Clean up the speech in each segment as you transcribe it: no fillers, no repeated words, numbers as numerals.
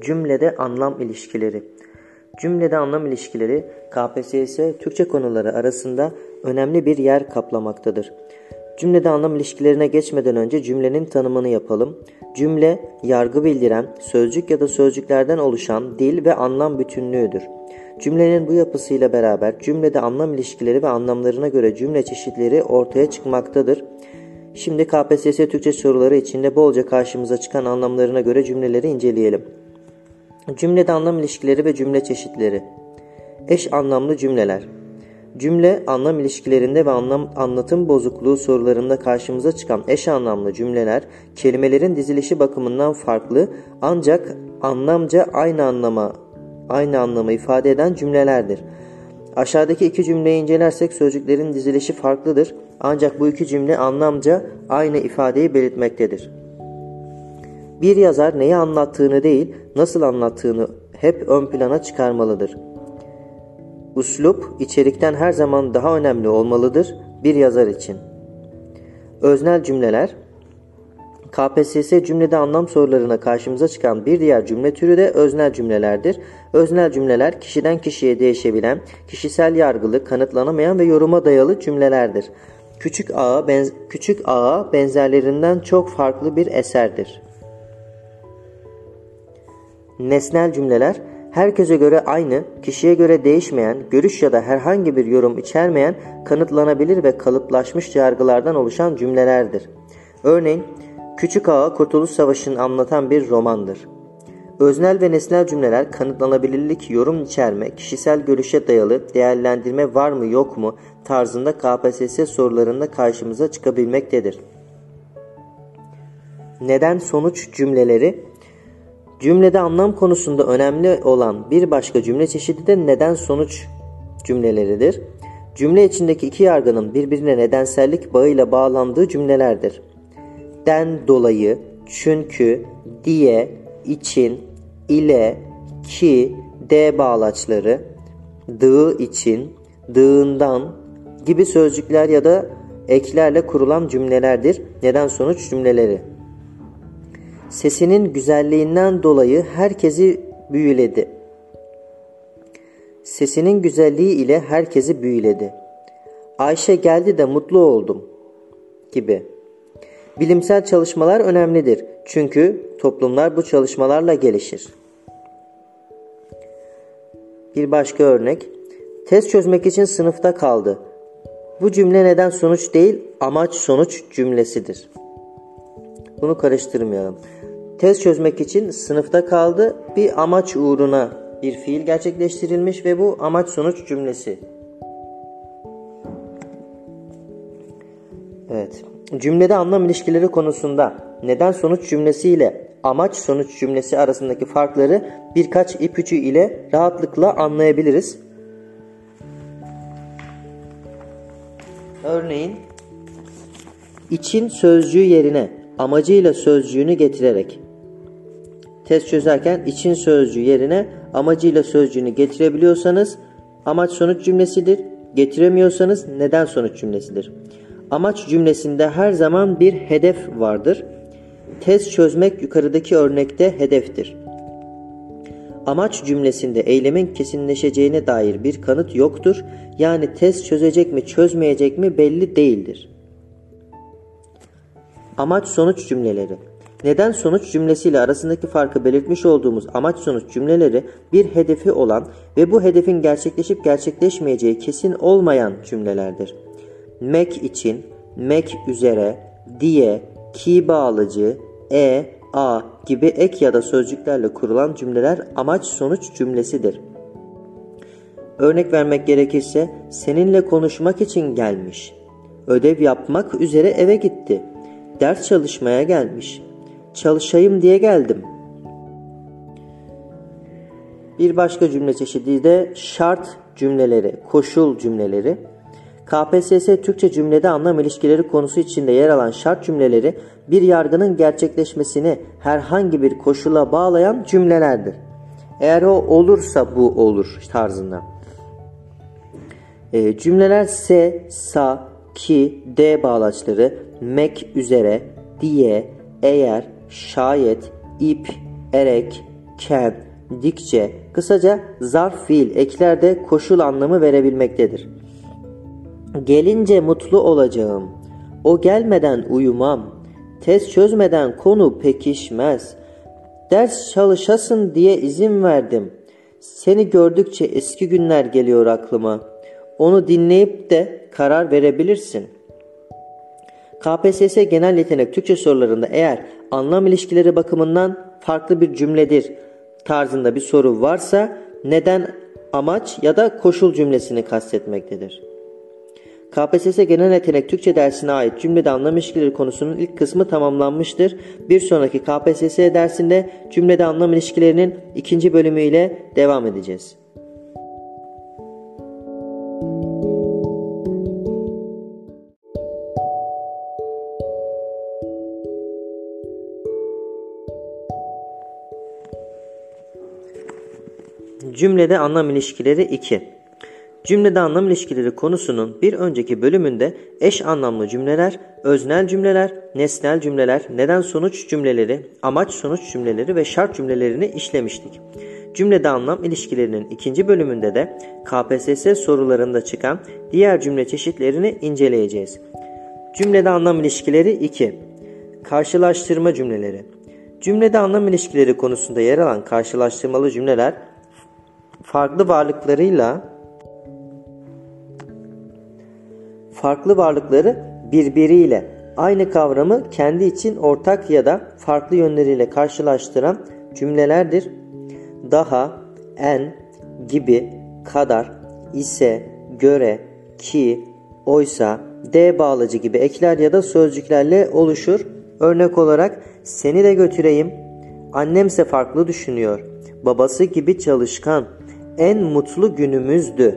Cümlede anlam ilişkileri. Cümlede anlam ilişkileri KPSS Türkçe konuları arasında önemli bir yer kaplamaktadır. Cümlede anlam ilişkilerine geçmeden önce cümlenin tanımını yapalım. Cümle, yargı bildiren, sözcük ya da sözcüklerden oluşan dil ve anlam bütünlüğüdür. Cümlenin bu yapısıyla beraber cümlede anlam ilişkileri ve anlamlarına göre cümle çeşitleri ortaya çıkmaktadır. Şimdi KPSS Türkçe soruları içinde bolca karşımıza çıkan anlamlarına göre cümleleri inceleyelim. Cümlede anlam ilişkileri ve cümle çeşitleri. Eş anlamlı cümleler. Cümle anlam ilişkilerinde ve anlatım bozukluğu sorularında karşımıza çıkan eş anlamlı cümleler, kelimelerin dizilişi bakımından farklı ancak anlamca aynı anlamı ifade eden cümlelerdir. Aşağıdaki iki cümleyi incelersek sözcüklerin dizilişi farklıdır ancak bu iki cümle anlamca aynı ifadeyi belirtmektedir. Bir yazar neyi anlattığını değil, nasıl anlattığını hep ön plana çıkarmalıdır. Üslup, içerikten her zaman daha önemli olmalıdır bir yazar için. Öznel cümleler. KPSS cümlede anlam sorularına karşımıza çıkan bir diğer cümle türü de öznel cümlelerdir. Öznel cümleler kişiden kişiye kişisel yargılı, kanıtlanamayan ve yoruma dayalı cümlelerdir. Küçük ağa benzerlerinden çok farklı bir eserdir. Nesnel cümleler, herkese göre aynı, kişiye göre değişmeyen, görüş ya da herhangi bir yorum içermeyen, kanıtlanabilir ve kalıplaşmış yargılardan oluşan cümlelerdir. Örneğin, Küçük Ağa Kurtuluş Savaşı'nı anlatan bir romandır. Öznel ve nesnel cümleler kanıtlanabilirlik, yorum içerme, kişisel görüşe dayalı değerlendirme var mı yok mu tarzında KPSS sorularında karşımıza çıkabilmektedir. Neden sonuç cümleleri. Cümlede anlam konusunda önemli olan bir başka cümle çeşidi de neden sonuç cümleleridir. Cümle içindeki iki yargının birbirine nedensellik bağıyla bağlandığı cümlelerdir. Den dolayı, çünkü, diye, için, ile, ki, de bağlaçları, dığı için, dığından gibi sözcükler ya da eklerle kurulan cümlelerdir neden sonuç cümleleri. Sesinin güzelliğinden dolayı herkesi büyüledi. Sesinin güzelliği ile herkesi büyüledi. Ayşe geldi de mutlu oldum gibi. Bilimsel çalışmalar önemlidir. Çünkü toplumlar bu çalışmalarla gelişir. Bir başka örnek. Test çözmek için sınıfta kaldı. Bu cümle neden sonuç değil, amaç sonuç cümlesidir. Bunu karıştırmayalım. Test çözmek için sınıfta kaldı, bir amaç uğruna bir fiil gerçekleştirilmiş ve bu amaç sonuç cümlesi. Evet. Cümlede anlam ilişkileri konusunda neden sonuç cümlesi ile amaç sonuç cümlesi arasındaki farkları birkaç ipucu ile rahatlıkla anlayabiliriz. Örneğin, için sözcüğü yerine amacıyla sözcüğünü getirerek. Test çözerken için sözcüğü yerine amacıyla sözcüğünü getirebiliyorsanız amaç sonuç cümlesidir. Getiremiyorsanız neden sonuç cümlesidir. Amaç cümlesinde her zaman bir hedef vardır. Test çözmek yukarıdaki örnekte hedeftir. Amaç cümlesinde eylemin kesinleşeceğine dair bir kanıt yoktur. Yani test çözecek mi çözmeyecek mi belli değildir. Amaç sonuç cümleleri. Neden sonuç cümlesiyle arasındaki farkı belirtmiş olduğumuz amaç sonuç cümleleri bir hedefi olan ve bu hedefin gerçekleşip gerçekleşmeyeceği kesin olmayan cümlelerdir. Mek için, mek üzere, diye, ki bağlacı, a gibi ek ya da sözcüklerle kurulan cümleler amaç sonuç cümlesidir. Örnek vermek gerekirse seninle konuşmak için gelmiş, ödev yapmak üzere eve gitti, ders çalışmaya gelmiş, çalışayım diye geldim. Bir başka cümle çeşidi de şart cümleleri, koşul cümleleri. KPSS Türkçe cümlede anlam ilişkileri konusu içinde yer alan şart cümleleri bir yargının gerçekleşmesini herhangi bir koşula bağlayan cümlelerdir. Eğer o olursa bu olur tarzında. Cümleler se, sa, ki, de bağlaçları, mek üzere, diye, eğer, şayet, ip, erek, ke, dikçe, kısaca zarf fiil ekler de koşul anlamı verebilmektedir. Gelince mutlu olacağım, o gelmeden uyumam, tez çözmeden konu pekişmez. Ders çalışasın diye izin verdim. Seni gördükçe eski günler geliyor aklıma. Onu dinleyip de karar verebilirsin. KPSS genel yetenek Türkçe sorularında eğer anlam ilişkileri bakımından farklı bir cümledir tarzında bir soru varsa neden, amaç ya da koşul cümlesini kastetmektedir. KPSS genel yetenek Türkçe dersine ait cümlede anlam ilişkileri konusunun ilk kısmı tamamlanmıştır. Bir sonraki KPSS dersinde cümlede anlam ilişkilerinin ikinci bölümüyle devam edeceğiz. Cümlede anlam ilişkileri 2. Cümlede anlam ilişkileri konusunun bir önceki bölümünde eş anlamlı cümleler, öznel cümleler, nesnel cümleler, neden-sonuç cümleleri, amaç-sonuç cümleleri ve şart cümlelerini işlemiştik. Cümlede anlam ilişkilerinin ikinci bölümünde de KPSS sorularında çıkan diğer cümle çeşitlerini inceleyeceğiz. Cümlede anlam ilişkileri 2. Karşılaştırma cümleleri. Cümlede anlam ilişkileri konusunda yer alan karşılaştırmalı cümleler farklı varlıkları birbiriyle aynı kavramı kendi için ortak ya da farklı yönleriyle karşılaştıran cümlelerdir. Daha, en, gibi, kadar, ise, göre, ki, oysa, de bağlacı gibi ekler ya da sözcüklerle oluşur. Örnek olarak seni de götüreyim, annemse farklı düşünüyor, babası gibi çalışkan, en mutlu günümüzdü.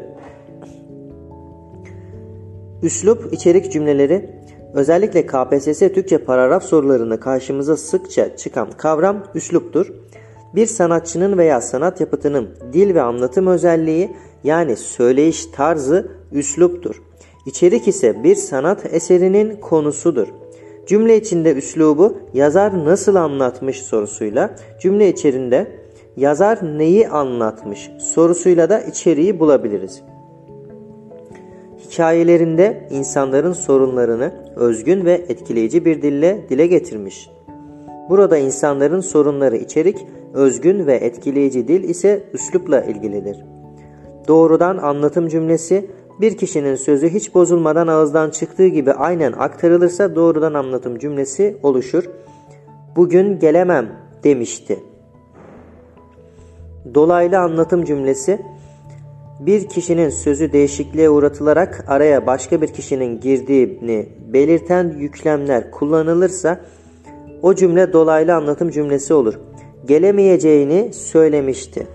Üslup, içerik cümleleri, özellikle KPSS Türkçe paragraf sorularında karşımıza sıkça çıkan kavram üsluptur. Bir sanatçının veya sanat yapıtının dil ve anlatım özelliği yani söyleyiş tarzı üsluptur. İçerik ise bir sanat eserinin konusudur. Cümle içinde üslubu yazar nasıl anlatmış sorusuyla, cümle içerisinde yazar neyi anlatmış sorusuyla da içeriği bulabiliriz. Hikayelerinde insanların sorunlarını özgün ve etkileyici bir dille dile getirmiş. Burada insanların sorunları içerik, özgün ve etkileyici dil ise üslupla ilgilidir. Doğrudan anlatım cümlesi, bir kişinin sözü hiç bozulmadan ağızdan çıktığı gibi aynen aktarılırsa doğrudan anlatım cümlesi oluşur. Bugün gelemem demişti. Dolaylı anlatım cümlesi, bir kişinin sözü değişikliğe uğratılarak araya başka bir kişinin girdiğini belirten yüklemler kullanılırsa o cümle dolaylı anlatım cümlesi olur. Gelemeyeceğini söylemişti.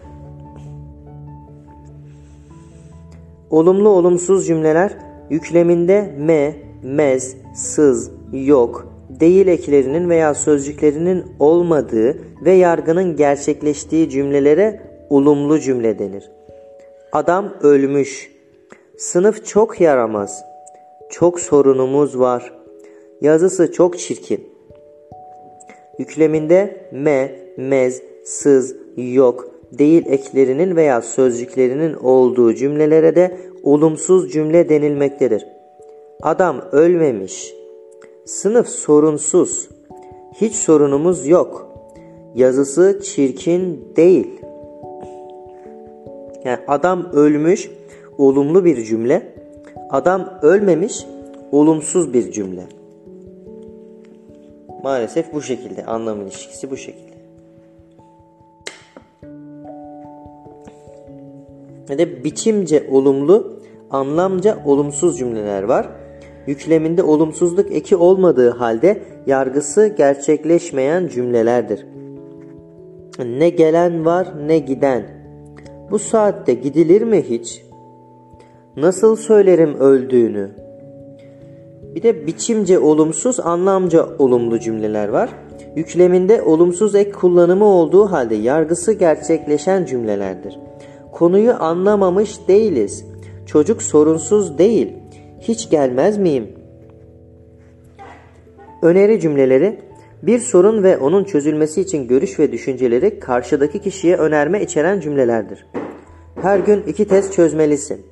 Olumlu olumsuz cümleler yükleminde me, mez, sız, yok, değil eklerinin veya sözcüklerinin olmadığı ve yargının gerçekleştiği cümlelere olumlu cümle denir. Adam ölmüş. Sınıf çok yaramaz. Çok sorunumuz var. Yazısı çok çirkin. Yükleminde me, mez, sız, yok, değil eklerinin veya sözcüklerinin olduğu cümlelere de olumsuz cümle denilmektedir. Adam ölmemiş. Sınıf sorunsuz. Hiç sorunumuz yok. Yazısı çirkin değil. Yani adam ölmüş, olumlu bir cümle. Adam ölmemiş, olumsuz bir cümle. Maalesef bu şekilde. Anlam ilişkisi bu şekilde. Ve de biçimce olumlu, anlamca olumsuz cümleler var. Yükleminde olumsuzluk eki olmadığı halde yargısı gerçekleşmeyen cümlelerdir. Ne gelen var ne giden. Bu saatte gidilir mi hiç? Nasıl söylerim öldüğünü? Bir de biçimce olumsuz, anlamca olumlu cümleler var. Yükleminde olumsuz ek kullanımı olduğu halde yargısı gerçekleşen cümlelerdir. Konuyu anlamamış değiliz. Çocuk sorunsuz değil. Hiç gelmez miyim? Öneri cümleleri, Bir sorun ve onun çözülmesi için görüş ve düşünceleri karşıdaki kişiye önerme içeren cümlelerdir. Her gün 2 test çözmelisin.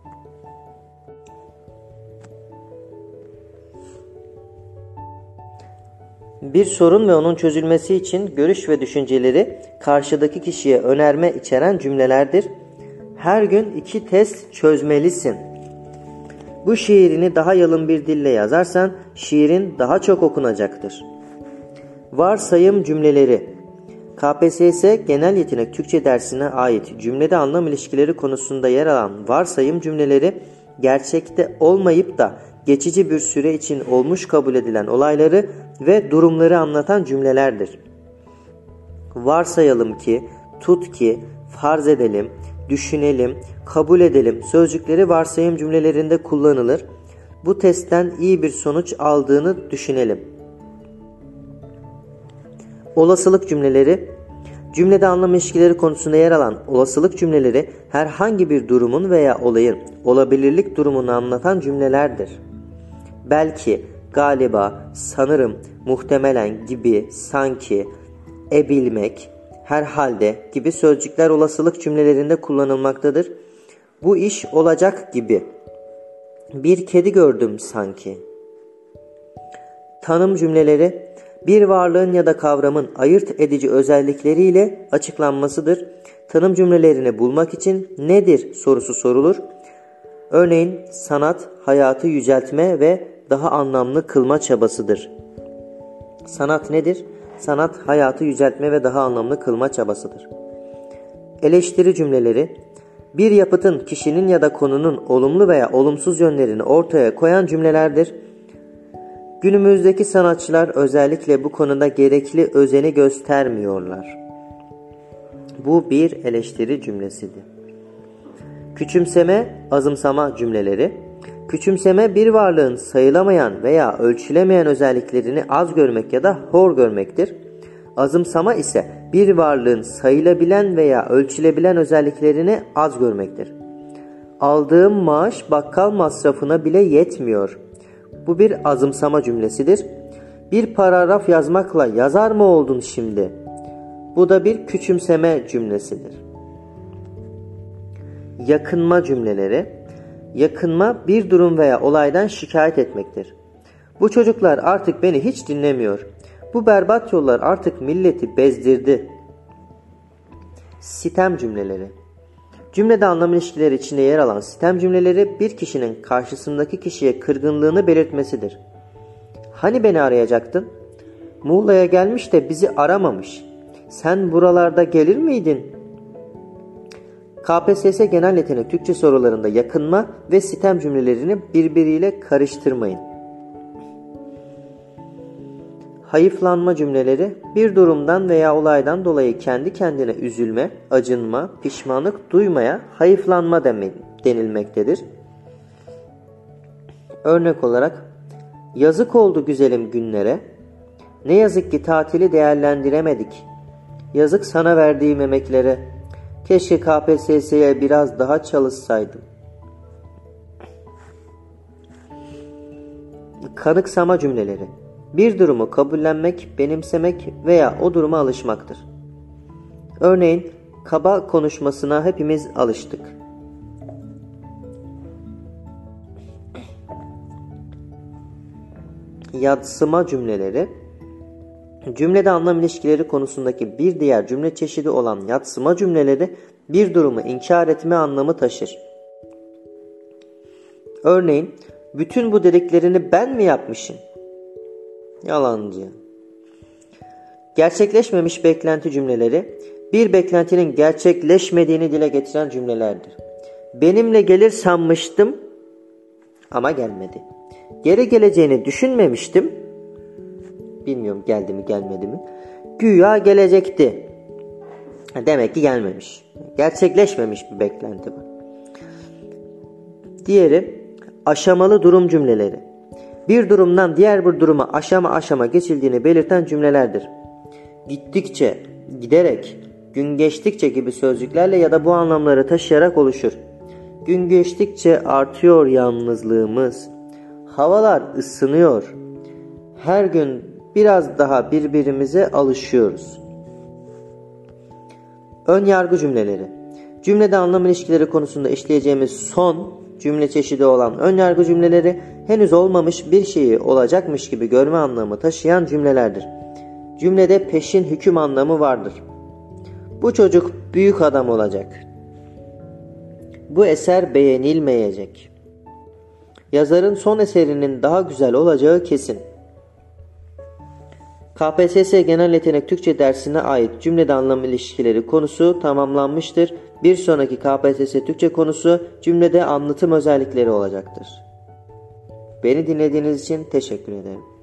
Bir sorun ve onun çözülmesi için görüş ve düşünceleri karşıdaki kişiye önerme içeren cümlelerdir. Her gün 2 test çözmelisin. Bu şiirini daha yalın bir dille yazarsan şiirin daha çok okunacaktır. Varsayım cümleleri. KPSS Genel Yetenek Türkçe dersine ait cümlede anlam ilişkileri konusunda yer alan varsayım cümleleri gerçekte olmayıp da geçici bir süre için olmuş kabul edilen olayları ve durumları anlatan cümlelerdir. Varsayalım ki, tut ki, farz edelim, düşünelim, kabul edelim sözcükleri varsayım cümlelerinde kullanılır. Bu testten iyi bir sonuç aldığını düşünelim. Olasılık cümleleri. Cümlede anlam ilişkileri konusunda yer alan olasılık cümleleri herhangi bir durumun veya olayın olabilirlik durumunu anlatan cümlelerdir. Belki, galiba, sanırım, muhtemelen gibi, sanki, bilmek, herhalde gibi sözcükler olasılık cümlelerinde kullanılmaktadır. Bu iş olacak gibi. Bir kedi gördüm sanki. Tanım cümleleri bir varlığın ya da kavramın ayırt edici özellikleriyle açıklanmasıdır. Tanım cümlelerini bulmak için nedir sorusu sorulur. Örneğin sanat hayatı yüceltme ve daha anlamlı kılma çabasıdır. Sanat nedir? Sanat hayatı yüceltme ve daha anlamlı kılma çabasıdır. Eleştiri cümleleri bir yapıtın, kişinin ya da konunun olumlu veya olumsuz yönlerini ortaya koyan cümlelerdir. Günümüzdeki sanatçılar özellikle bu konuda gerekli özeni göstermiyorlar. Bu bir eleştiri cümlesidir. Küçümseme, azımsama cümleleri. Küçümseme bir varlığın sayılamayan veya ölçülemeyen özelliklerini az görmek ya da hor görmektir. Azımsama ise bir varlığın sayılabilen veya ölçülebilen özelliklerini az görmektir. Aldığım maaş bakkal masrafına bile yetmiyor. Bu bir azımsama cümlesidir. Bir paragraf yazmakla yazar mı oldun şimdi? Bu da bir küçümseme cümlesidir. Yakınma cümleleri. Yakınma bir durum veya olaydan şikayet etmektir. Bu çocuklar artık beni hiç dinlemiyor. Bu berbat yollar artık milleti bezdirdi. Sitem cümleleri. Cümlede anlam ilişkileri içinde yer alan sitem cümleleri bir kişinin karşısındaki kişiye kırgınlığını belirtmesidir. Hani beni arayacaktın? Muğla'ya gelmiş de bizi aramamış. Sen buralarda gelir miydin? KPSS Genel Yetenek Türkçe sorularında yakınma ve sitem cümlelerini birbiriyle karıştırmayın. Hayıflanma cümleleri bir durumdan veya olaydan dolayı kendi kendine üzülme, acınma, pişmanlık duymaya hayıflanma denilmektedir. Örnek olarak yazık oldu güzelim günlere, ne yazık ki tatili değerlendiremedik, yazık sana verdiğim emeklere, keşke KPSS'ye biraz daha çalışsaydım. Kanıksama cümleleri bir durumu kabullenmek, benimsemek veya o duruma alışmaktır. Örneğin kaba konuşmasına hepimiz alıştık. Yadsıma cümleleri. Cümlede anlam ilişkileri konusundaki bir diğer cümle çeşidi olan yadsıma cümleleri bir durumu inkar etme anlamı taşır. Örneğin bütün bu dediklerini ben mi yapmışım? Yalancı. Gerçekleşmemiş beklenti cümleleri bir beklentinin gerçekleşmediğini dile getiren cümlelerdir. Benimle gelir sanmıştım ama gelmedi. Geri geleceğini düşünmemiştim. Bilmiyorum geldi mi gelmedi mi. Güya gelecekti. Demek ki gelmemiş. Gerçekleşmemiş bir beklenti bu. Diğeri aşamalı durum cümleleri. Bir durumdan diğer bir duruma aşama aşama geçildiğini belirten cümlelerdir. Gittikçe, giderek, gün geçtikçe gibi sözcüklerle ya da bu anlamları taşıyarak oluşur. Gün geçtikçe artıyor yalnızlığımız. Havalar ısınıyor. Her gün biraz daha birbirimize alışıyoruz. Ön yargı cümleleri. Cümlede anlam ilişkileri konusunda işleyeceğimiz son cümle çeşidi olan ön yargı cümleleri henüz olmamış bir şeyi olacakmış gibi görme anlamı taşıyan cümlelerdir. Cümlede peşin hüküm anlamı vardır. Bu çocuk büyük adam olacak. Bu eser beğenilmeyecek. Yazarın son eserinin daha güzel olacağı kesin. KPSS Genel Yetenek Türkçe dersine ait cümlede anlam ilişkileri konusu tamamlanmıştır. Bir sonraki KPSS Türkçe konusu cümlede anlatım özellikleri olacaktır. Beni dinlediğiniz için teşekkür ederim.